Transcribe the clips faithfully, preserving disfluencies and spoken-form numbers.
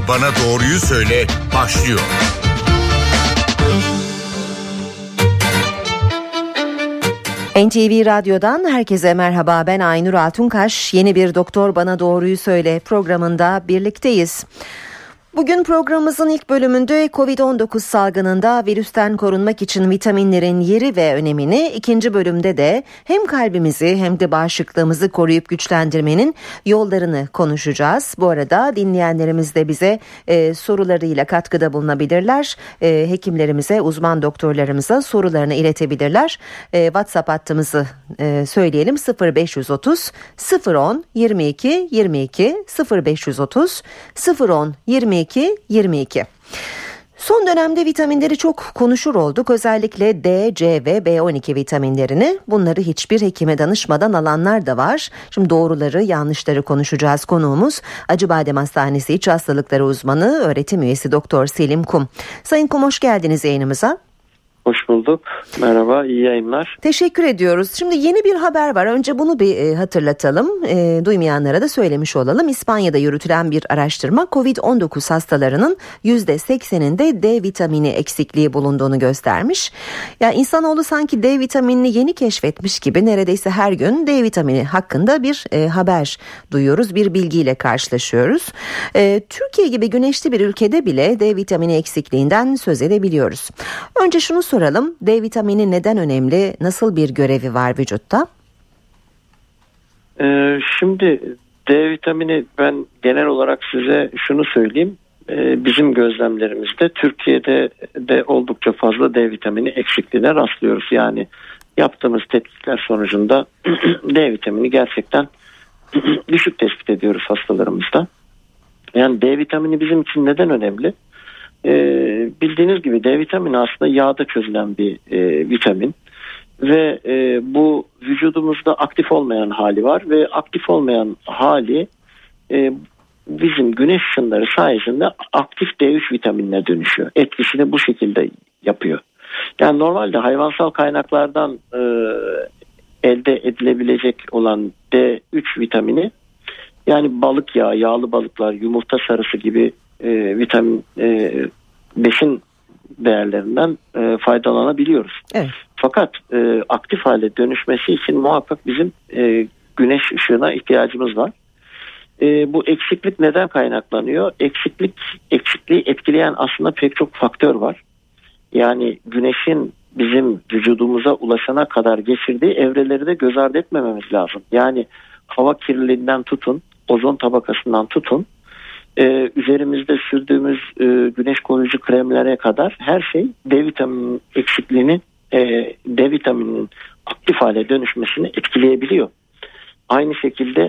Bana Doğruyu Söyle başlıyor. N T V Radyo'dan herkese merhaba, ben Aynur Altunkaş. Yeni bir Doktor Bana Doğruyu Söyle programında birlikteyiz. Bugün programımızın ilk bölümünde kovid on dokuz salgınında virüsten korunmak için vitaminlerin yeri ve önemini, ikinci bölümde de hem kalbimizi hem de bağışıklığımızı koruyup güçlendirmenin yollarını konuşacağız. Bu arada dinleyenlerimiz de bize e, sorularıyla katkıda bulunabilirler. E, hekimlerimize, uzman doktorlarımıza sorularını iletebilirler. E, WhatsApp hattımızı e, söyleyelim: sıfır beş yüz otuz sıfır on yirmi iki yirmi iki sıfır beş yüz otuz sıfır on yirmi iki yirmi iki. Son dönemde vitaminleri çok konuşur olduk. Özellikle D, C ve B on iki vitaminlerini. Bunları hiçbir hekime danışmadan alanlar da var. Şimdi doğruları, yanlışları konuşacağız. Konuğumuz Acıbadem Hastanesi İç Hastalıkları Uzmanı, öğretim üyesi Doktor Selim Kum. Sayın Kum, hoş geldiniz yayınımıza. Hoş bulduk. Merhaba, iyi yayınlar. Teşekkür ediyoruz. Şimdi yeni bir haber var. Önce bunu bir e, hatırlatalım. E, duymayanlara da söylemiş olalım. İspanya'da yürütülen bir araştırma kovid on dokuz hastalarının yüzde sekseninde D vitamini eksikliği bulunduğunu göstermiş. Ya insanoğlu sanki D vitaminini yeni keşfetmiş gibi neredeyse her gün D vitamini hakkında bir e, haber duyuyoruz. Bir bilgiyle karşılaşıyoruz. E, Türkiye gibi güneşli bir ülkede bile D vitamini eksikliğinden söz edebiliyoruz. Önce şunu soralım. D vitamini neden önemli? Nasıl bir görevi var vücutta? Ee, şimdi D vitamini, ben genel olarak size şunu söyleyeyim. Ee, bizim gözlemlerimizde Türkiye'de de oldukça fazla D vitamini eksikliğine rastlıyoruz. Yani yaptığımız tetkikler sonucunda D vitamini gerçekten düşük tespit ediyoruz hastalarımızda. Yani D vitamini bizim için neden önemli? Ee, bildiğiniz gibi D vitamini aslında yağda çözülen bir e, vitamin ve e, bu vücudumuzda aktif olmayan hali var ve aktif olmayan hali e, bizim güneş ışınları sayesinde aktif D üç vitaminine dönüşüyor. Etkisini bu şekilde yapıyor. Yani normalde hayvansal kaynaklardan e, elde edilebilecek olan D üç vitamini, yani balık yağı, yağlı balıklar, yumurta sarısı gibi E, vitamin e, besin değerlerinden e, faydalanabiliyoruz. Evet. Fakat e, aktif hale dönüşmesi için muhakkak bizim e, güneş ışığına ihtiyacımız var. E, bu eksiklik neden kaynaklanıyor? Eksiklik eksikliği etkileyen aslında pek çok faktör var. Yani güneşin bizim vücudumuza ulaşana kadar geçirdiği evreleri de göz ardı etmememiz lazım. Yani hava kirliliğinden tutun, ozon tabakasından tutun, Ee, üzerimizde sürdüğümüz e, güneş koruyucu kremlere kadar her şey D vitamini eksikliğini, e, D vitamininin aktif hale dönüşmesini etkileyebiliyor. Aynı şekilde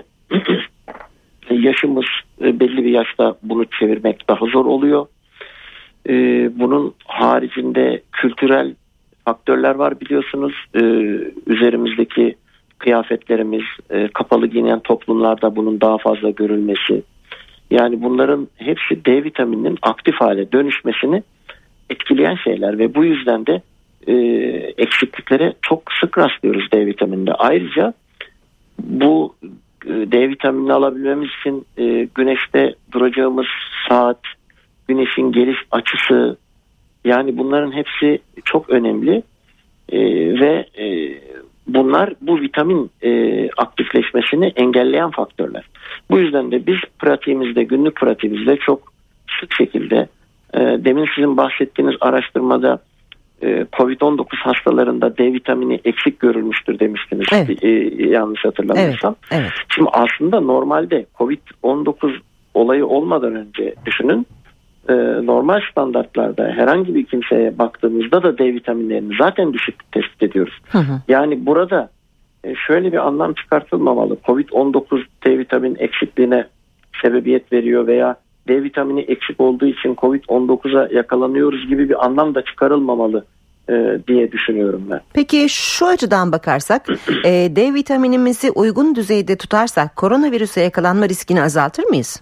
yaşımız e, belli bir yaşta bunu çevirmek daha zor oluyor. E, bunun haricinde kültürel faktörler var, biliyorsunuz. E, üzerimizdeki kıyafetlerimiz, e, kapalı giyinen toplumlarda bunun daha fazla görülmesi. Yani bunların hepsi D vitamininin aktif hale dönüşmesini etkileyen şeyler ve bu yüzden de e, eksikliklere çok sık rastlıyoruz D vitamininde. Ayrıca bu e, D vitaminini alabilmemiz için e, güneşte duracağımız saat, güneşin geliş açısı, yani bunların hepsi çok önemli e, ve e, bunlar bu vitamin e, aktifleşmesini engelleyen faktörler. Bu yüzden de biz pratiğimizde, günlük pratiğimizde çok sık şekilde e, demin sizin bahsettiğiniz araştırmada e, kovid on dokuz hastalarında D vitamini eksik görülmüştür demiştiniz. Evet. E, yanlış hatırlamıyorsam. Evet, evet. Şimdi aslında normalde kovid on dokuz olayı olmadan önce düşünün. E, normal standartlarda herhangi bir kimseye baktığımızda da D vitaminlerini zaten düşük tespit ediyoruz. Hı hı. Yani burada e, şöyle bir anlam çıkartılmamalı. kovid on dokuz D vitamin eksikliğine sebebiyet veriyor veya D vitamini eksik olduğu için kovid on dokuza yakalanıyoruz gibi bir anlam da çıkarılmamalı e, diye düşünüyorum ben. Peki şu açıdan bakarsak e, D vitaminimizi uygun düzeyde tutarsak koronavirüse yakalanma riskini azaltır mıyız?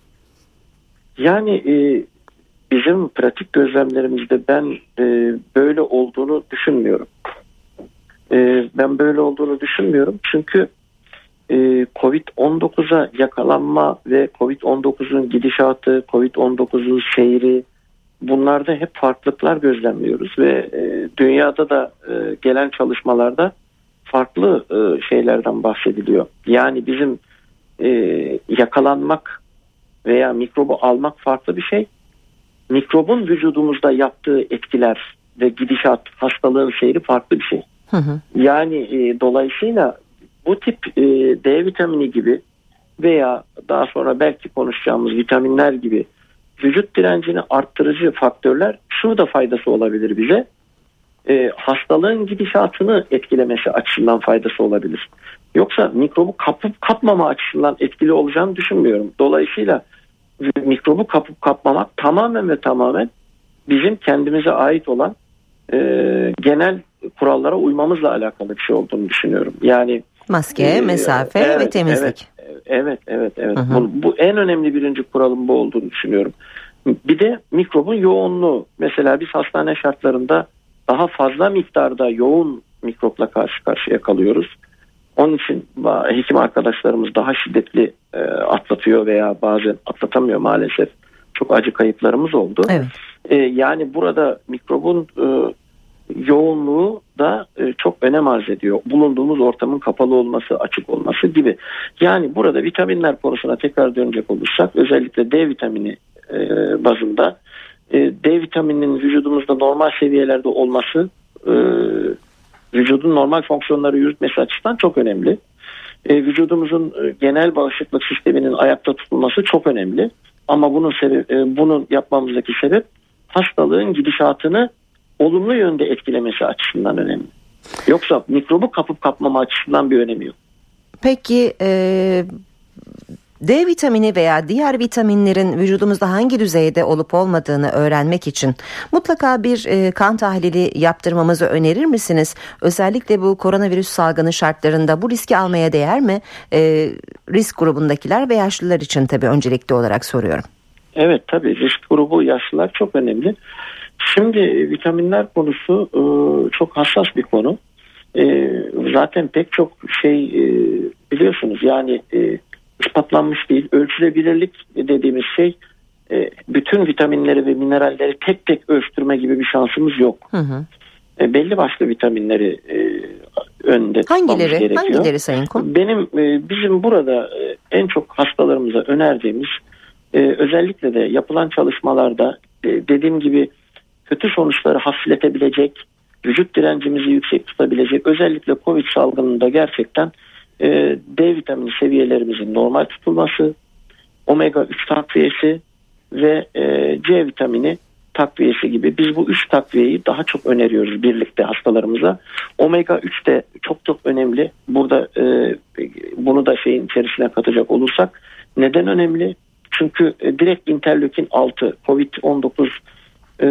Yani e, bizim pratik gözlemlerimizde ben e, böyle olduğunu düşünmüyorum. E, ben böyle olduğunu düşünmüyorum çünkü kovid on dokuza yakalanma ve kovid on dokuzun gidişatı, kovid on dokuzun seyri, bunlarda hep farklılıklar gözlemliyoruz ve dünyada da gelen çalışmalarda farklı şeylerden bahsediliyor. Yani bizim yakalanmak veya mikrobu almak farklı bir şey. Mikrobun vücudumuzda yaptığı etkiler ve gidişat, hastalığın seyri farklı bir şey. Hı hı. Yani e, dolayısıyla bu tip e, D vitamini gibi veya daha sonra belki konuşacağımız vitaminler gibi vücut direncini arttırıcı faktörler şunu da faydası olabilir bize. E, hastalığın gidişatını etkilemesi açısından faydası olabilir. Yoksa mikrobu kapıp kapmama açısından etkili olacağını düşünmüyorum. Dolayısıyla mikrobu kapıp kapmamak tamamen ve tamamen bizim kendimize ait olan e, genel kurallara uymamızla alakalı bir şey olduğunu düşünüyorum. Yani maske, e, mesafe evet, ve temizlik. Evet, evet, evet. evet. Bu, bu en önemli birinci kuralın bu olduğunu düşünüyorum. Bir de mikrobun yoğunluğu. Mesela biz hastane şartlarında daha fazla miktarda yoğun mikropla karşı karşıya kalıyoruz. Onun için hekim arkadaşlarımız daha şiddetli e, atlatıyor veya bazen atlatamıyor maalesef. Çok acı kayıplarımız oldu. Evet. E, yani burada mikrobun e, yoğunluğu da e, çok önem arz ediyor. Bulunduğumuz ortamın kapalı olması, açık olması gibi. Yani burada vitaminler konusuna tekrar dönecek olursak özellikle D vitamini e, bazında e, D vitamininin vücudumuzda normal seviyelerde olması e, vücudun normal fonksiyonları yürütmesi açısından çok önemli. E, vücudumuzun e, genel bağışıklık sisteminin ayakta tutulması çok önemli. Ama bunun sebebi, e, bunun yapmamızdaki sebep hastalığın gidişatını olumlu yönde etkilemesi açısından önemli. Yoksa mikrobu kapıp kapmama açısından bir önemi yok. Peki e, D vitamini veya diğer vitaminlerin vücudumuzda hangi düzeyde olup olmadığını öğrenmek için mutlaka bir e, kan tahlili yaptırmamızı önerir misiniz? Özellikle bu koronavirüs salgını şartlarında bu riski almaya değer mi? E, risk grubundakiler ve yaşlılar için tabii öncelikli olarak soruyorum. Evet, tabii risk grubu yaşlılar çok önemli. Şimdi vitaminler konusu e, çok hassas bir konu. E, zaten pek çok şey e, biliyorsunuz yani e, ispatlanmış değil. Ölçülebilirlik dediğimiz şey e, bütün vitaminleri ve mineralleri tek tek ölçtürme gibi bir şansımız yok. Hı hı. E, belli başlı vitaminleri e, önde tutmamız hangileri, gerekiyor. Hangileri Sayın Kum? Benim e, bizim burada e, en çok hastalarımıza önerdiğimiz e, özellikle de yapılan çalışmalarda e, dediğim gibi kötü sonuçları hafifletebilecek, vücut direncimizi yüksek tutabilecek, özellikle Covid salgınında gerçekten e, D vitamini seviyelerimizin normal tutulması, omega üç takviyesi ve e, C vitamini takviyesi gibi biz bu üç takviyeyi daha çok öneriyoruz birlikte hastalarımıza. Omega üç de çok çok önemli. Burada e, bunu da şeyin içerisine katacak olursak neden önemli? Çünkü e, direkt interleukin altı Covid on dokuz e,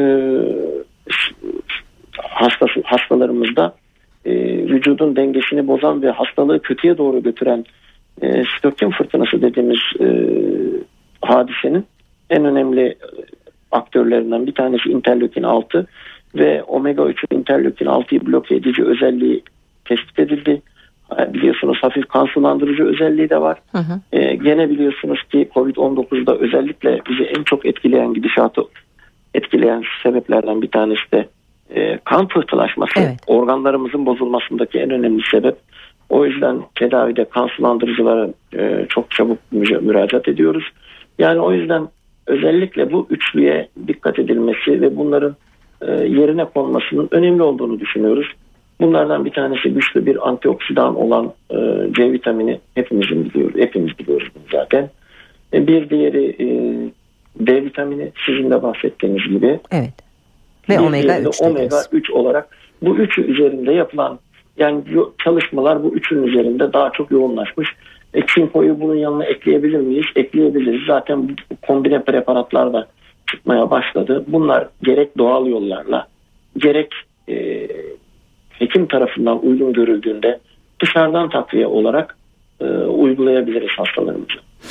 hastası, hastalarımızda e, vücudun dengesini bozan ve hastalığı kötüye doğru götüren e, sitokin fırtınası dediğimiz e, hadisenin en önemli aktörlerinden bir tanesi interleukin altı ve omega üçün interleukin altıyı bloke edici özelliği tespit edildi. Biliyorsunuz hafif kan sulandırıcı özelliği de var. Hı hı. Ee, gene biliyorsunuz ki Covid on dokuzda özellikle bizi en çok etkileyen gidişatı etkileyen sebeplerden bir tanesi de e, kan pıhtılaşması. Evet. Organlarımızın bozulmasındaki en önemli sebep. O yüzden tedavide kan sulandırıcılara e, çok çabuk müracaat ediyoruz. Yani o yüzden özellikle bu üçlüye dikkat edilmesi ve bunların e, yerine konmasının önemli olduğunu düşünüyoruz. Bunlardan bir tanesi güçlü bir antioksidan olan e, C vitamini hepimizin biliyoruz, hepimiz biliyoruz bunu zaten. E, bir diğeri e, D vitamini sizin de bahsettiğiniz gibi. Evet. Ve omega üç omega üç olarak bu üçü üzerinde yapılan yani çalışmalar bu üçün üzerinde daha çok yoğunlaşmış. E, çinkoyu bunun yanına ekleyebilir miyiz? Ekleyebiliriz. Zaten bu kombine preparatlar da çıkmaya başladı. Bunlar gerek doğal yollarla gerek e, hekim tarafından uygun görüldüğünde dışarıdan takviye olarak e, uygulayabiliriz hastalarımıza.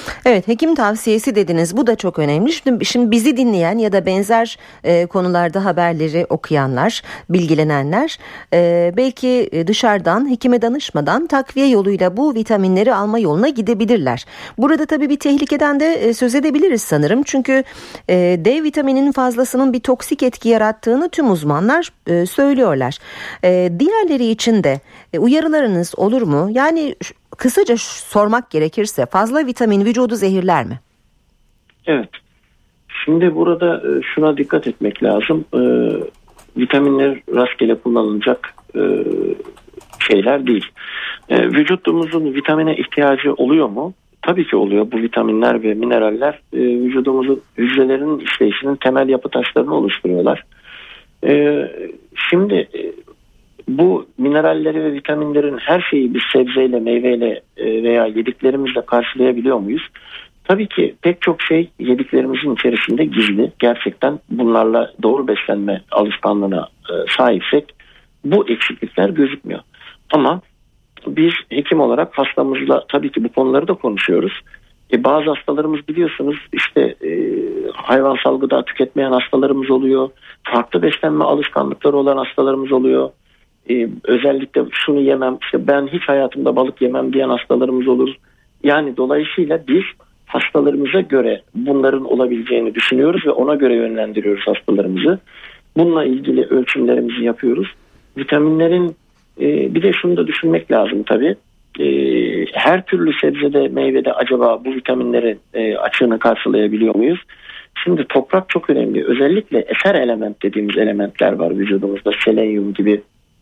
Evet, hekim tavsiyesi dediniz. Bu da çok önemli. Şimdi, şimdi bizi dinleyen ya da benzer e, konularda haberleri okuyanlar, bilgilenenler e, belki dışarıdan hekime danışmadan takviye yoluyla bu vitaminleri alma yoluna gidebilirler. Burada tabii bir tehlikeden de e, söz edebiliriz sanırım. Çünkü e, D vitamininin fazlasının bir toksik etki yarattığını tüm uzmanlar e, söylüyorlar. E, diğerleri için de e, uyarılarınız olur mu? Yani kısaca sormak gerekirse fazla vitamin vücudu zehirler mi? Evet. Şimdi burada şuna dikkat etmek lazım. E, vitaminler rastgele kullanılacak e, şeyler değil. E, vücudumuzun vitamine ihtiyacı oluyor mu? Tabii ki oluyor. Bu vitaminler ve mineraller e, vücudumuzun hücrelerinin işleyişinin temel yapı taşlarını oluşturuyorlar. E, şimdi e, bu mineralleri ve vitaminlerin her şeyi biz sebzeyle, meyveyle e, veya yediklerimizle karşılayabiliyor muyuz? Tabii ki pek çok şey yediklerimizin içerisinde gizli. Gerçekten bunlarla doğru beslenme alışkanlığına e, sahipsek bu eksiklikler gözükmüyor. Ama biz hekim olarak hastamızla tabii ki bu konuları da konuşuyoruz. E, bazı hastalarımız biliyorsunuz işte e, hayvansal gıda tüketmeyen hastalarımız oluyor. Farklı beslenme alışkanlıkları olan hastalarımız oluyor. Ee, özellikle şunu yemem, işte ben hiç hayatımda balık yemem diyen hastalarımız olur. Yani dolayısıyla biz hastalarımıza göre bunların olabileceğini düşünüyoruz ve ona göre yönlendiriyoruz hastalarımızı. Bununla ilgili ölçümlerimizi yapıyoruz. Vitaminlerin e, bir de şunu da düşünmek lazım tabii. E, her türlü sebzede, meyvede acaba bu vitaminlerin e, açığını karşılayabiliyor muyuz? Şimdi toprak çok önemli. Özellikle eser element dediğimiz elementler var vücudumuzda. Selenyum gibi,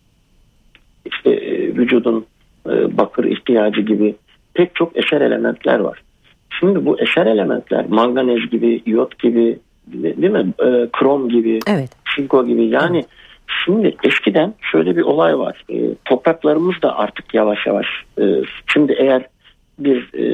İşte e, vücudun e, bakır ihtiyacı gibi pek çok eser elementler var. Şimdi bu eser elementler manganez gibi, iyot gibi, değil mi? E, krom gibi, evet. çinko gibi. Yani evet. Şimdi eskiden şöyle bir olay var. E, topraklarımız da artık yavaş yavaş. E, şimdi eğer bir e,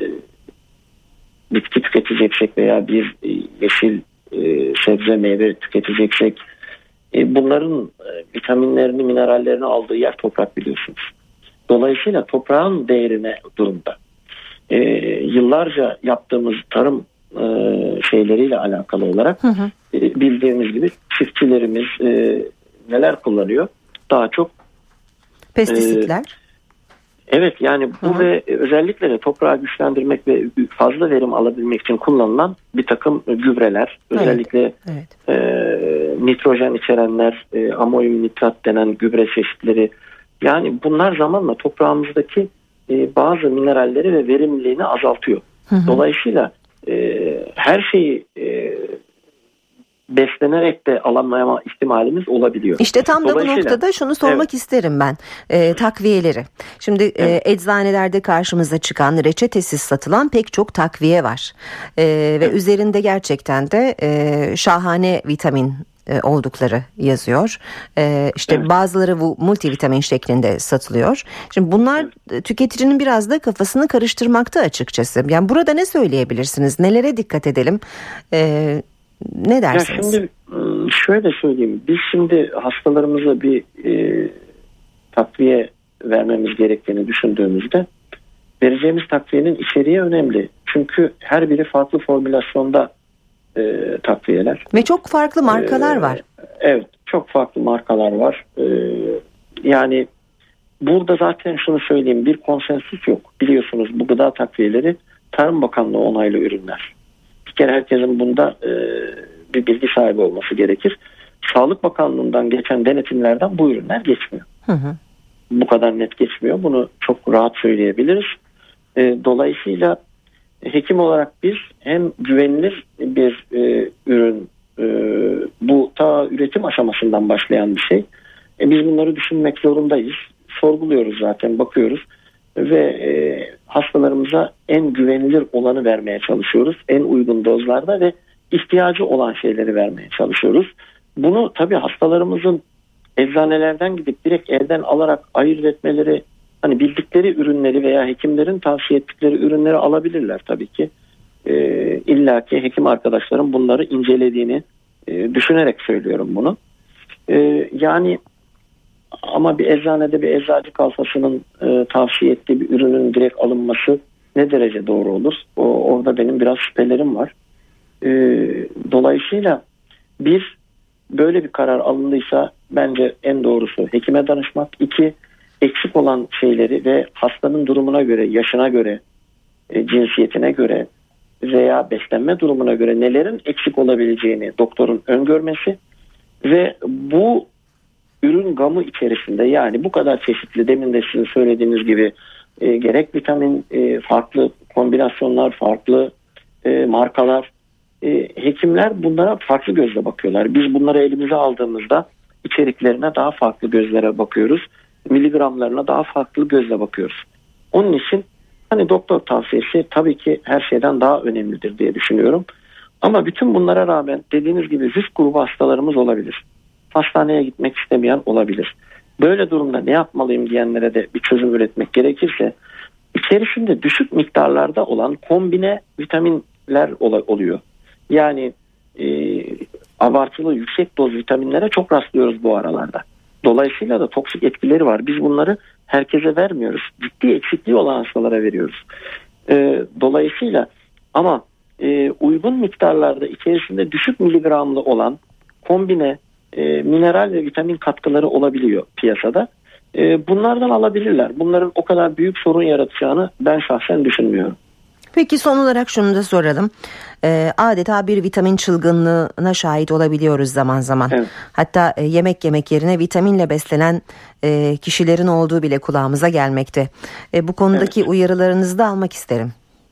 bitki tüketeceksek veya bir e, yeşil e, sebze meyve tüketeceksek, bunların vitaminlerini, minerallerini aldığı yer toprak biliyorsunuz. Dolayısıyla toprağın değerine durumda. Ee, yıllarca yaptığımız tarım e, şeyleriyle alakalı olarak hı hı. E, bildiğimiz gibi çiftçilerimiz e, neler kullanıyor? Daha çok pestisitler. E, evet yani bu hı hı. ve özellikle de toprağı güçlendirmek ve fazla verim alabilmek için kullanılan bir takım gübreler. Evet. Özellikle evet. E, nitrojen içerenler, e, amonyum nitrat denen gübre çeşitleri. Yani bunlar zamanla toprağımızdaki e, bazı mineralleri ve verimliliğini azaltıyor. Hı hı. Dolayısıyla e, her şeyi e, beslenerek de alamama ihtimalimiz olabiliyor. İşte tam da bu noktada şunu sormak evet. isterim ben. E, takviyeleri. Şimdi evet. e, eczanelerde karşımıza çıkan reçetesiz satılan pek çok takviye var. E, ve evet. üzerinde gerçekten de e, şahane vitamin oldukları yazıyor. Ee, işte evet. bazıları bu multivitamin şeklinde satılıyor. Şimdi bunlar evet. tüketicinin biraz da kafasını karıştırmakta açıkçası. Yani burada ne söyleyebilirsiniz? Nelere dikkat edelim? Ee, ne dersiniz? Ya şimdi şöyle söyleyeyim. Biz şimdi hastalarımıza bir e, takviye vermemiz gerektiğini düşündüğümüzde vereceğimiz takviyenin içeriği önemli. Çünkü her biri farklı formülasyonda E, takviyeler. Ve çok farklı markalar e, var. Evet, çok farklı markalar var. E, yani burada zaten şunu söyleyeyim, bir konsensüs yok. Biliyorsunuz bu gıda takviyeleri Tarım Bakanlığı onaylı ürünler. Bir kere herkesin bunda e, bir bilgi sahibi olması gerekir. Sağlık Bakanlığı'ndan geçen denetimlerden bu ürünler geçmiyor. Hı hı. Bu kadar net geçmiyor. Bunu çok rahat söyleyebiliriz. E, dolayısıyla hekim olarak biz hem güvenilir bir e, ürün, e, bu ta üretim aşamasından başlayan bir şey. E, biz bunları düşünmek zorundayız. Sorguluyoruz zaten, bakıyoruz ve e, hastalarımıza en güvenilir olanı vermeye çalışıyoruz. En uygun dozlarda ve ihtiyacı olan şeyleri vermeye çalışıyoruz. Bunu tabii hastalarımızın eczanelerden gidip direkt evden alarak ayırt etmeleri, hani bildikleri ürünleri veya hekimlerin tavsiye ettikleri ürünleri alabilirler tabii ki. E, İlla ki hekim arkadaşlarım bunları incelediğini e, düşünerek söylüyorum bunu. E, yani ama bir eczanede bir eczacı kalfasının e, tavsiye ettiği bir ürünün direkt alınması ne derece doğru olur? O, orada benim biraz şüphelerim var. E, dolayısıyla bir, böyle bir karar alındıysa bence en doğrusu hekime danışmak. İki, eksik olan şeyleri ve hastanın durumuna göre, yaşına göre, e, cinsiyetine göre veya beslenme durumuna göre nelerin eksik olabileceğini doktorun öngörmesi ve bu ürün gamı içerisinde, yani bu kadar çeşitli, demin de sizin söylediğiniz gibi e, gerek vitamin, e, farklı kombinasyonlar, farklı e, markalar, e, hekimler bunlara farklı gözle bakıyorlar. Biz bunları elimize aldığımızda içeriklerine daha farklı gözlere bakıyoruz. Miligramlarına daha farklı gözle bakıyoruz. Onun için hani doktor tavsiyesi tabii ki her şeyden daha önemlidir diye düşünüyorum. Ama bütün bunlara rağmen dediğiniz gibi risk grubu hastalarımız olabilir. Hastaneye gitmek istemeyen olabilir. Böyle durumda ne yapmalıyım diyenlere de bir çözüm üretmek gerekirse, içerisinde düşük miktarlarda olan kombine vitaminler oluyor. Yani e, abartılı yüksek doz vitaminlere çok rastlıyoruz bu aralarda. Dolayısıyla da toksik etkileri var. Biz bunları herkese vermiyoruz. Ciddi eksikliği olan hastalara veriyoruz. E, dolayısıyla ama e, uygun miktarlarda içerisinde düşük miligramlı olan kombine e, mineral ve vitamin katkıları olabiliyor piyasada. E, bunlardan alabilirler. Bunların o kadar büyük sorun yaratacağını ben şahsen düşünmüyorum. Peki son olarak şunu da soralım. E, adeta bir vitamin çılgınlığına şahit olabiliyoruz zaman zaman. Evet. Hatta e, yemek yemek yerine vitaminle beslenen e, kişilerin olduğu bile kulağımıza gelmekte. E, bu konudaki evet. uyarılarınızı da almak isterim.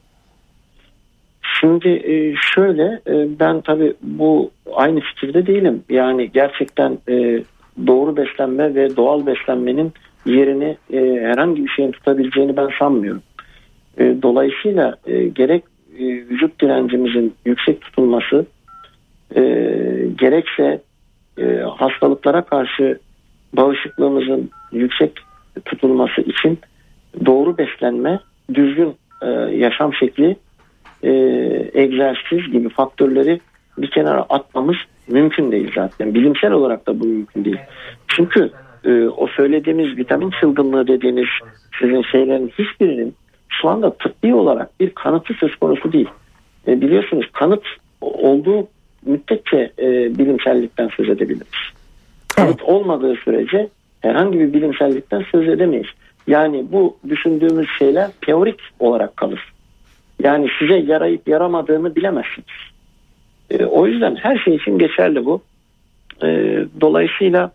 Şimdi e, şöyle e, ben tabii bu aynı fikirde değilim. Yani gerçekten e, doğru beslenme ve doğal beslenmenin yerini e, herhangi bir şeyin tutabileceğini ben sanmıyorum. E, dolayısıyla e, gerek e, vücut direncimizin yüksek tutulması e, gerekse e, hastalıklara karşı bağışıklığımızın yüksek tutulması için doğru beslenme, düzgün e, yaşam şekli, e, egzersiz gibi faktörleri bir kenara atmamız mümkün değil zaten. Bilimsel olarak da bu mümkün değil. Çünkü e, o söylediğimiz vitamin çılgınlığı dediğiniz sizin şeylerin hiçbirinin şu anda tıbbi olarak bir kanıtı söz konusu değil. E, biliyorsunuz kanıt olduğu müddetçe e, bilimsellikten söz edebiliriz. Kanıt evet. olmadığı sürece herhangi bir bilimsellikten söz edemeyiz. Yani bu düşündüğümüz şeyler teorik olarak kalır. Yani size yarayıp yaramadığını bilemezsiniz. E, o yüzden her şey için geçerli bu. E, dolayısıyla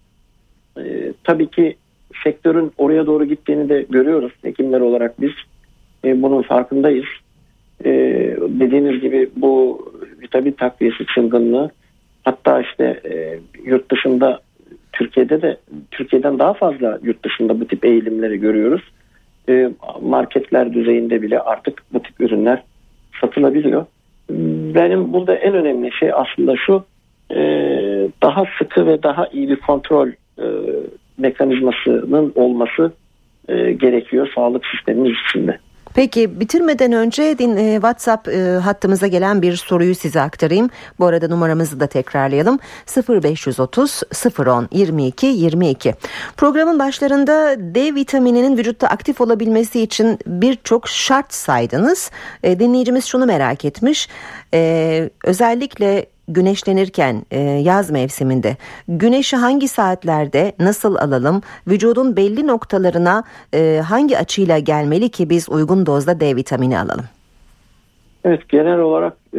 e, tabii ki sektörün oraya doğru gittiğini de görüyoruz. Hekimler olarak biz e, bunun farkındayız. E, dediğiniz gibi bu vitamin takviyesi çılgınlığı, hatta işte e, yurt dışında, Türkiye'de de Türkiye'den daha fazla yurt dışında bu tip eğilimleri görüyoruz. E, marketler düzeyinde bile artık bu tip ürünler satılabiliyor. Benim burada en önemli şey aslında şu, e, daha sıkı ve daha iyi bir kontrol e, mekanizmasının olması e, gerekiyor sağlık sistemimiz içinde. Peki bitirmeden önce din, e, WhatsApp e, hattımıza gelen bir soruyu size aktarayım. Bu arada numaramızı da tekrarlayalım. sıfır beş otuz sıfır on yirmi iki yirmi iki. Programın başlarında D vitamininin vücutta aktif olabilmesi için birçok şart saydınız. E, dinleyicimiz şunu merak etmiş. E, özellikle güneşlenirken e, yaz mevsiminde güneşi hangi saatlerde nasıl alalım? Vücudun belli noktalarına e, hangi açıyla gelmeli ki biz uygun dozda D vitamini alalım? Evet, genel olarak e,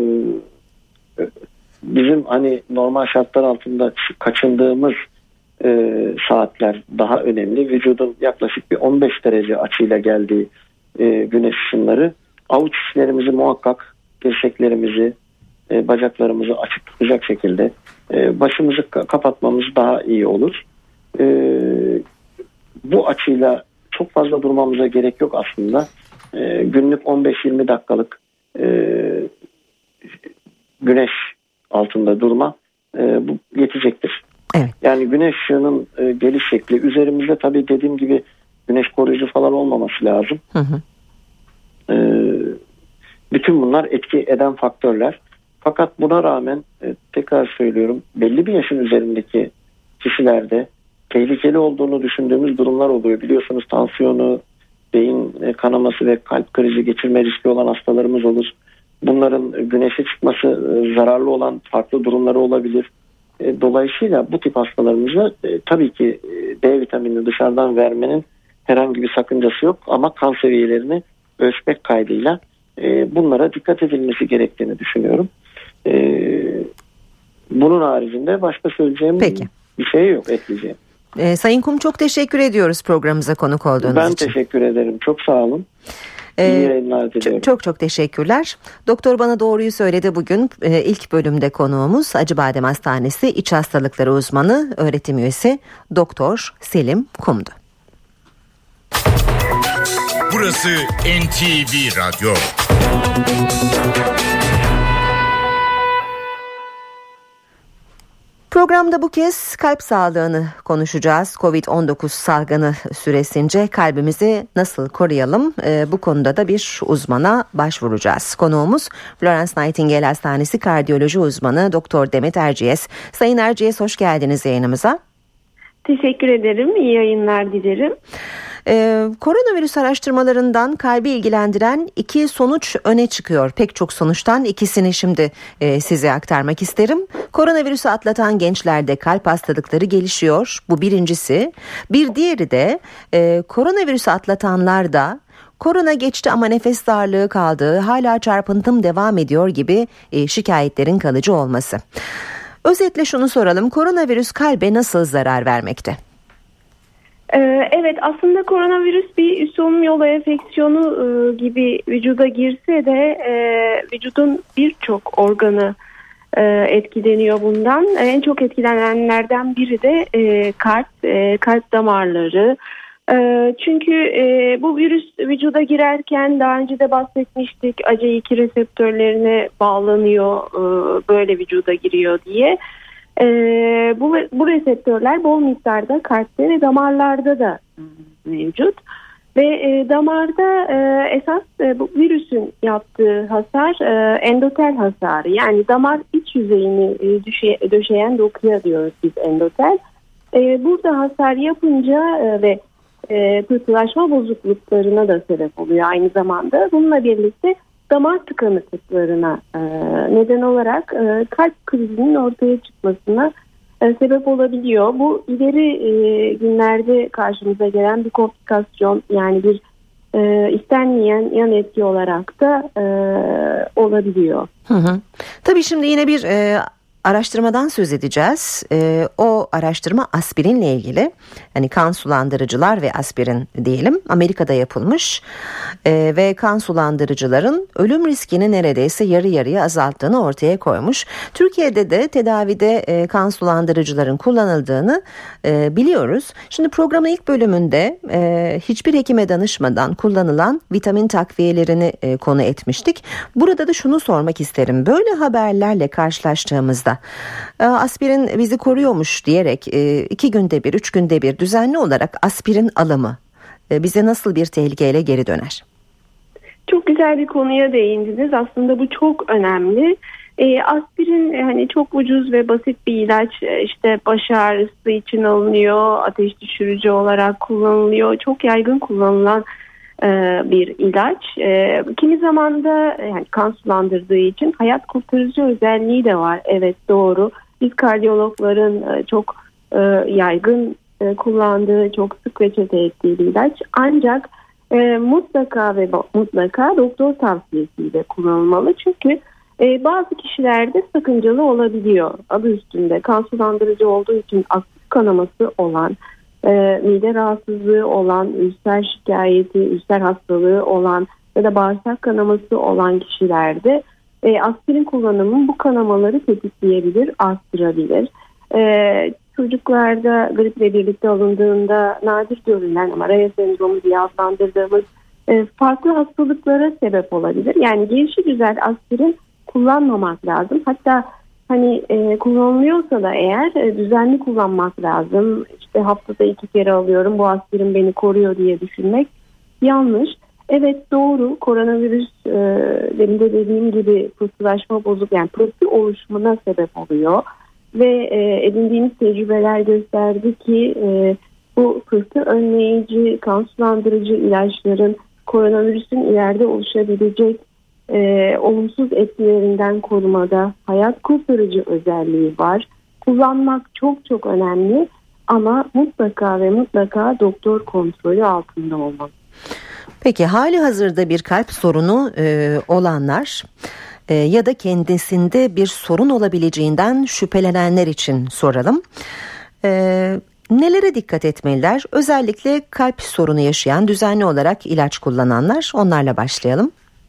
bizim hani normal şartlar altında kaçındığımız e, saatler daha önemli. Vücudun yaklaşık bir on beş derece açıyla geldiği e, güneş ışınları avuç içlerimizi muhakkak, dirseklerimizi, bacaklarımızı açık tutacak şekilde başımızı kapatmamız daha iyi olur. Bu açıyla çok fazla durmamıza gerek yok aslında. Günlük on beş yirmi dakikalık güneş altında durma bu yetecektir. Evet. Yani güneş ışığının geliş şekli, üzerimizde tabii dediğim gibi güneş koruyucu falan olmaması lazım. Hı hı. Bütün bunlar etki eden faktörler. Fakat buna rağmen e, tekrar söylüyorum, belli bir yaşın üzerindeki kişilerde tehlikeli olduğunu düşündüğümüz durumlar oluyor. Biliyorsunuz tansiyonu, beyin kanaması ve kalp krizi geçirme riski olan hastalarımız olur. Bunların güneşe çıkması e, zararlı olan farklı durumları olabilir. E, dolayısıyla bu tip hastalarımıza e, tabii ki e, D vitaminini dışarıdan vermenin herhangi bir sakıncası yok. Ama kan seviyelerini ölçmek kaydıyla e, bunlara dikkat edilmesi gerektiğini düşünüyorum. E, bunun haricinde başka söyleyeceğim Peki. bir şey yok, ekleyeceğim. E, Sayın Kum, çok teşekkür ediyoruz programımıza konuk olduğunuz ben için. Ben teşekkür ederim. Çok sağ olun. Ee, İyi yayınlar diliyorum. Çok çok teşekkürler. Doktor Bana Doğruyu Söyledi bugün e, ilk bölümde konuğumuz Acıbadem Hastanesi İç Hastalıkları Uzmanı öğretim üyesi Doktor Selim Kum'du. Burası N T V Radyo. Programda bu kez kalp sağlığını konuşacağız. kovid on dokuz salgını süresince kalbimizi nasıl koruyalım? Ee, bu konuda da bir uzmana başvuracağız. Konuğumuz Florence Nightingale Hastanesi Kardiyoloji Uzmanı Doktor Demet Erciyes. Sayın Erciyes, hoş geldiniz yayınımıza. Teşekkür ederim. İyi yayınlar dilerim. Ee, koronavirüs araştırmalarından kalbi ilgilendiren iki sonuç öne çıkıyor. Pek çok sonuçtan ikisini şimdi e, size aktarmak isterim. Koronavirüsü atlatan gençlerde kalp hastalıkları gelişiyor. Bu birincisi. Bir diğeri de e, koronavirüsü atlatanlarda korona geçti ama nefes darlığı kaldı, hala çarpıntım devam ediyor gibi e, şikayetlerin kalıcı olması. Özetle şunu soralım. Koronavirüs kalbe nasıl zarar vermekte? Evet, aslında koronavirüs bir üst solunum yolu enfeksiyonu gibi vücuda girse de vücudun birçok organı etkileniyor bundan. En çok etkilenenlerden biri de kalp, kalp damarları. Çünkü bu virüs vücuda girerken daha önce de bahsetmiştik, A C E iki reseptörlerine bağlanıyor, böyle vücuda giriyor diye. Ee, bu, bu reseptörler bol miktarda kalpte ve damarlarda da mevcut ve e, damarda e, esas e, bu virüsün yaptığı hasar e, endotel hasarı, yani damar iç yüzeyini e, düşe, döşeyen dokuya diyoruz biz endotel. E, burada hasar yapınca e, ve e, pıhtılaşma bozukluklarına da sebep oluyor aynı zamanda. Bununla birlikte damar tıkanıklıklarına e, neden olarak e, kalp krizinin ortaya çıkmasına e, sebep olabiliyor. Bu ileri e, günlerde karşımıza gelen bir komplikasyon, yani bir e, istenmeyen yan etki olarak da e, olabiliyor. Hı hı. Tabii şimdi yine bir e, araştırmadan söz edeceğiz. E, o araştırma aspirinle ilgili. Hani kan sulandırıcılar ve aspirin diyelim, Amerika'da yapılmış e, ve kan sulandırıcıların ölüm riskini neredeyse yarı yarıya azalttığını ortaya koymuş. Türkiye'de de tedavide e, kan sulandırıcıların kullanıldığını e, biliyoruz. Şimdi programın ilk bölümünde e, hiçbir hekime danışmadan kullanılan vitamin takviyelerini e, konu etmiştik. Burada da şunu sormak isterim. Böyle haberlerle karşılaştığımızda e, aspirin bizi koruyormuş diyerek e, iki günde bir, üç günde bir düzenli olarak aspirin alımı e, bize nasıl bir tehlikeyle geri döner? Çok güzel bir konuya değindiniz. Aslında bu çok önemli. E, aspirin hani çok ucuz ve basit bir ilaç. E, işte baş ağrısı için alınıyor, ateş düşürücü olarak kullanılıyor. Çok yaygın kullanılan e, bir ilaç. E, kimi zaman da yani kan sulandırdığı için hayat kurtarıcı özelliği de var. Evet, doğru. Biz kardiyologların e, çok e, yaygın e, kullandığı, çok sık reçete ettiği bir ilaç. Ancak e, mutlaka ve mutlaka doktor tavsiyesiyle kullanılmalı. Çünkü e, bazı kişilerde sakıncalı olabiliyor. Adı üstünde kan sulandırıcı olduğu için aktif kanaması olan, e, mide rahatsızlığı olan, ülser şikayeti, ülser hastalığı olan ya da bağırsak kanaması olan kişilerde e, aspirin kullanımı bu kanamaları tetikleyebilir, arttırabilir. E, çocuklarda griple birlikte alındığında nadir görülen ama Raya sendromu diye adlandırdığımız e, farklı hastalıklara sebep olabilir. Yani gelişigüzel aspirin kullanmamak lazım. Hatta hani e, kullanılıyorsa da eğer e, düzenli kullanmak lazım. İşte haftada iki kere alıyorum, bu aspirin beni koruyor diye düşünmek yanlış. Evet, doğru, koronavirüs e, benim de dediğim gibi pıhtılaşma bozuk, yani pıhtı oluşumuna sebep oluyor. Ve e, edindiğimiz tecrübeler gösterdi ki e, bu pıhtı önleyici, kan sulandırıcı ilaçların koronavirüsün ileride oluşabilecek e, olumsuz etkilerinden korumada hayat kurtarıcı özelliği var. Kullanmak çok çok önemli ama mutlaka ve mutlaka doktor kontrolü altında olmalı. Peki hali hazırda bir kalp sorunu e, olanlar e, ya da kendisinde bir sorun olabileceğinden şüphelenenler için soralım. E, nelere dikkat etmeliler? Özellikle kalp sorunu yaşayan, düzenli olarak ilaç kullananlar, onlarla başlayalım.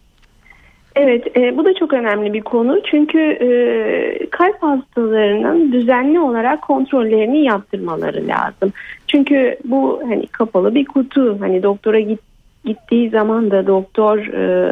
Evet, e, bu da çok önemli bir konu çünkü e, kalp hastalarının düzenli olarak kontrollerini yaptırmaları lazım. Çünkü bu hani kapalı bir kutu, hani doktora git, gittiği zaman da doktor e,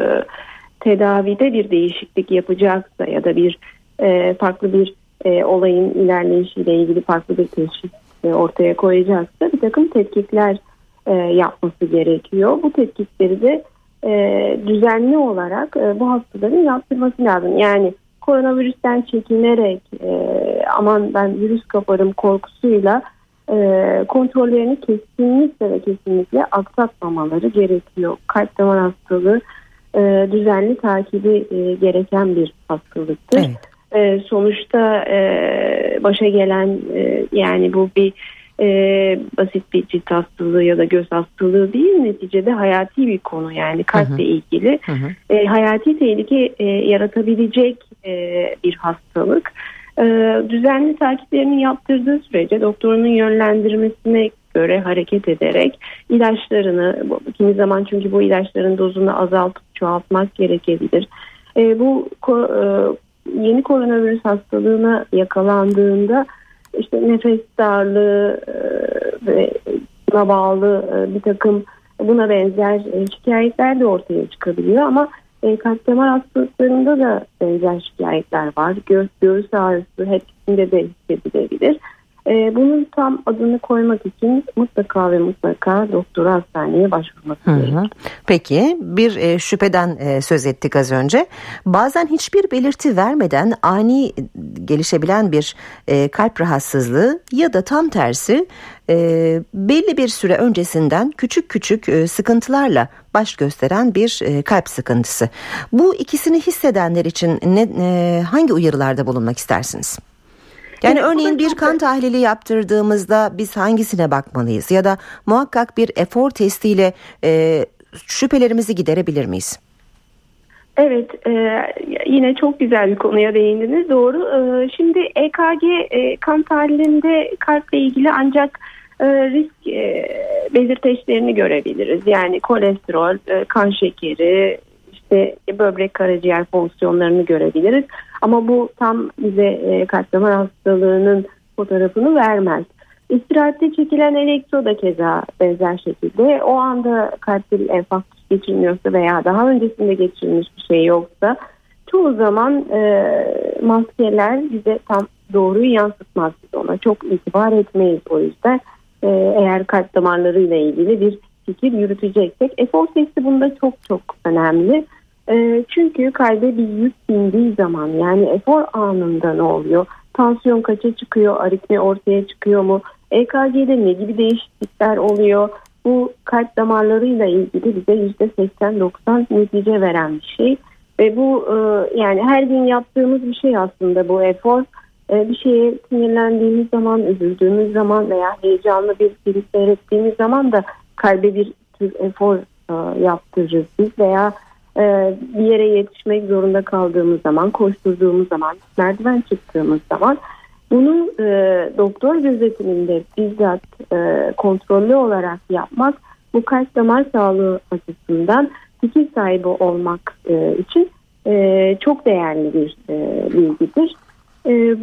tedavide bir değişiklik yapacaksa ya da bir e, farklı bir e, olayın ilerleyişiyle ilgili farklı bir teşhis e, ortaya koyacaksa bir takım tetkikler e, yapması gerekiyor. Bu tetkikleri de E, düzenli olarak e, bu hastaların yaptırması lazım. Yani koronavirüsten çekinerek e, aman ben virüs kaparım korkusuyla e, kontrollerini kesinlikle ve kesinlikle aksatmamaları gerekiyor. Kalp damar hastalığı e, düzenli takibi e, gereken bir hastalıktır. Evet. E, sonuçta e, başa gelen e, yani bu bir Ee, basit bir cilt hastalığı ya da göz hastalığı değil, neticede hayati bir konu, yani kalple ilgili hı hı. E, hayati tehlike e, yaratabilecek e, bir hastalık. E, düzenli takiplerini yaptırdığı sürece doktorunun yönlendirmesine göre hareket ederek ilaçlarını, kimi zaman çünkü bu ilaçların dozunu azaltıp çoğaltmak gerekebilir. E, bu e, yeni koronavirüs hastalığına yakalandığında İşte nefes darlığı e, ve buna bağlı e, bir takım buna benzer e, şikayetler de ortaya çıkabiliyor ama e, kalp damar hastalıklarında da benzer şikayetler var. Göğüs, göğüs ağrısı hepsinde de hissedilebilir. E, bunun tam adını koymak için mutlaka ve mutlaka doktora, hastaneye başvurması gerekiyor. Peki bir e, şüpheden e, söz ettik az önce. Bazen hiçbir belirti vermeden ani gelişebilen bir e, kalp rahatsızlığı ya da tam tersi e, belli bir süre öncesinden küçük küçük e, sıkıntılarla baş gösteren bir e, kalp sıkıntısı. Bu ikisini hissedenler için ne, e, hangi uyarılarda bulunmak istersiniz? Yani evet, örneğin bir kan tahlili yaptırdığımızda biz hangisine bakmalıyız ya da muhakkak bir efor testiyle e, şüphelerimizi giderebilir miyiz? Evet, e, yine çok güzel bir konuya değindiniz, doğru. E, şimdi E K G e, kan tahlilinde kalple ilgili ancak e, risk e, belirteçlerini görebiliriz. Yani kolesterol, e, kan şekeri, işte böbrek karaciğer fonksiyonlarını görebiliriz. Ama bu tam bize e, kalp damar hastalığının fotoğrafını vermez. İstirahatte çekilen elektro da keza benzer şekilde. O anda kalpte bir enfarktüs geçirmiyorsa veya daha öncesinde geçirilmiş bir şey yoksa çoğu zaman e, maskeler bize tam doğruyu yansıtmaz. Biz ona çok itibar etmeyiz o yüzden. E, eğer kalp damarlarıyla ilgili bir fikir yürüteceksek efor testi bunda çok çok önemli. E, çünkü kalbe bir yük bindiği zaman, yani efor anında ne oluyor? Tansiyon kaça çıkıyor? Aritmi ortaya çıkıyor mu? E K G'de ne gibi değişiklikler oluyor? Bu kalp damarlarıyla ilgili bize yüzde seksen doksan netice veren bir şey. Ve bu e, yani her gün yaptığımız bir şey aslında bu efor. E, bir şeye sinirlendiğimiz zaman, üzüldüğümüz zaman veya heyecanlı bir film seyrettiğimiz zaman da kalbe bir tür efor e, yaptırırız biz veya e, bir yere yetişmek zorunda kaldığımız zaman, koşturduğumuz zaman, merdiven çıktığımız zaman bunu e, doktor gözetiminde bizzat e, kontrollü olarak yapmak, bu kalp damar sağlığı açısından fikir sahibi olmak e, için e, çok değerli bir e, bilgidir. E,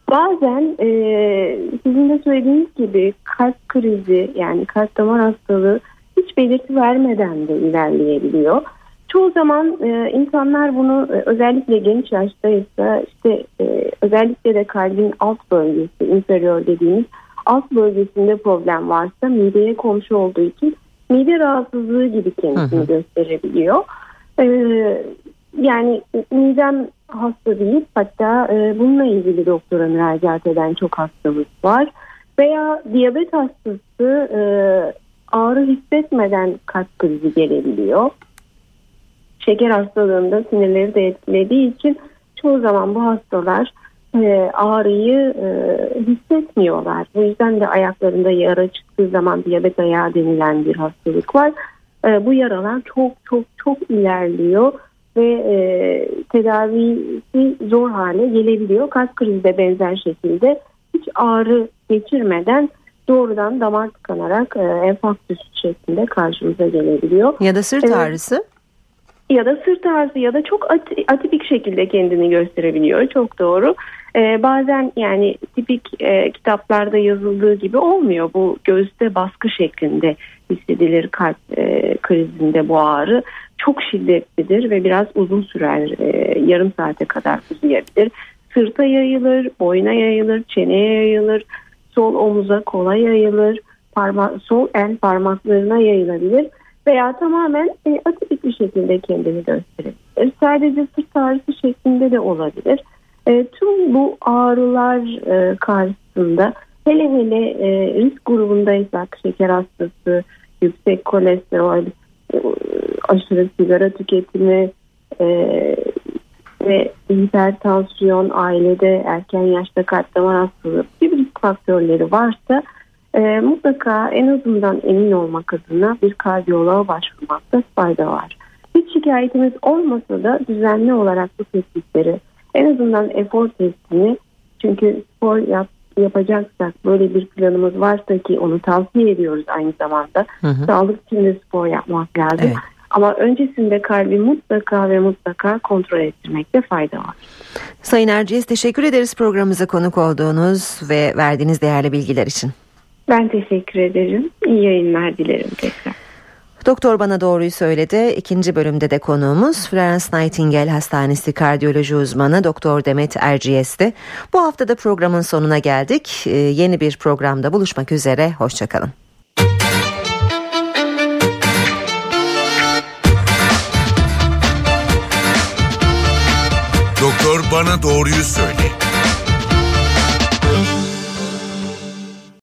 bazen e, sizin de söylediğiniz gibi kalp krizi, yani kalp damar hastalığı hiç belirti vermeden de ilerleyebiliyor. Çoğu zaman e, insanlar bunu e, özellikle genç yaştaysa işte e, özellikle de kalbin alt bölgesi, inferior dediğimiz alt bölgesinde problem varsa mideye komşu olduğu için mide rahatsızlığı gibi kendisini hı hı. gösterebiliyor. E, yani midem hasta değil, hatta e, bununla ilgili doktora müracaat eden çok hastalık var. Veya diyabet hastası e, ağrı hissetmeden kalp krizi gelebiliyor. Şeker hastalığında sinirleri de etkilediği için çoğu zaman bu hastalar e, ağrıyı e, hissetmiyorlar. Bu yüzden de ayaklarında yara çıktığı zaman diyabet ayağı denilen bir hastalık var. E, bu yaralar çok çok çok ilerliyor ve e, tedavisi zor hale gelebiliyor. Kalp krizi de benzer şekilde hiç ağrı geçirmeden doğrudan damar tıkanarak e, enfarktüs şeklinde karşımıza gelebiliyor. Ya da sırt ağrısı. E, ya da sırt ağrısı ya da çok atipik şekilde kendini gösterebiliyor. Çok doğru. Ee, bazen yani tipik e, kitaplarda yazıldığı gibi olmuyor. Bu göğüste baskı şeklinde hissedilir kalp e, krizinde bu ağrı. Çok şiddetlidir ve biraz uzun sürer. E, yarım saate kadar uzayabilir. Sırta yayılır, boyuna yayılır, çeneye yayılır, sol omuza, kola yayılır, parma- sol el parmaklarına yayılabilir. Veya tamamen e, atipik bir şekilde kendini gösterebilir. Sadece sırt ağrısı şeklinde de olabilir. E, tüm bu ağrılar e, karşısında hele hele e, risk grubundaysak şeker hastası, yüksek kolesterol, e, aşırı sigara tüketimi e, ve hipertansiyon, ailede erken yaşta kalp damar hastalığı gibi risk faktörleri varsa e, mutlaka en azından emin olmak adına bir kardiyoloğa başvurmakta fayda var. Hiç şikayetimiz olmasa da düzenli olarak bu tetkikleri, en azından efor testini, çünkü spor yap, yapacaksak böyle bir planımız varsa ki onu tavsiye ediyoruz aynı zamanda. Hı hı. Sağlık için de spor yapmak lazım. Evet. Ama öncesinde kalbi mutlaka ve mutlaka kontrol ettirmekte fayda var. Sayın Erciyes, teşekkür ederiz programımıza konuk olduğunuz ve verdiğiniz değerli bilgiler için. Ben teşekkür ederim. İyi yayınlar dilerim tekrar. Doktor Bana Doğruyu Söyledi. İkinci bölümde de konuğumuz Florence Nightingale Hastanesi kardiyoloji uzmanı Doktor Demet Erciyes'ti. Bu hafta da programın sonuna geldik. Ee, yeni bir programda buluşmak üzere. Hoşçakalın. Doktor Bana Doğruyu Söyle.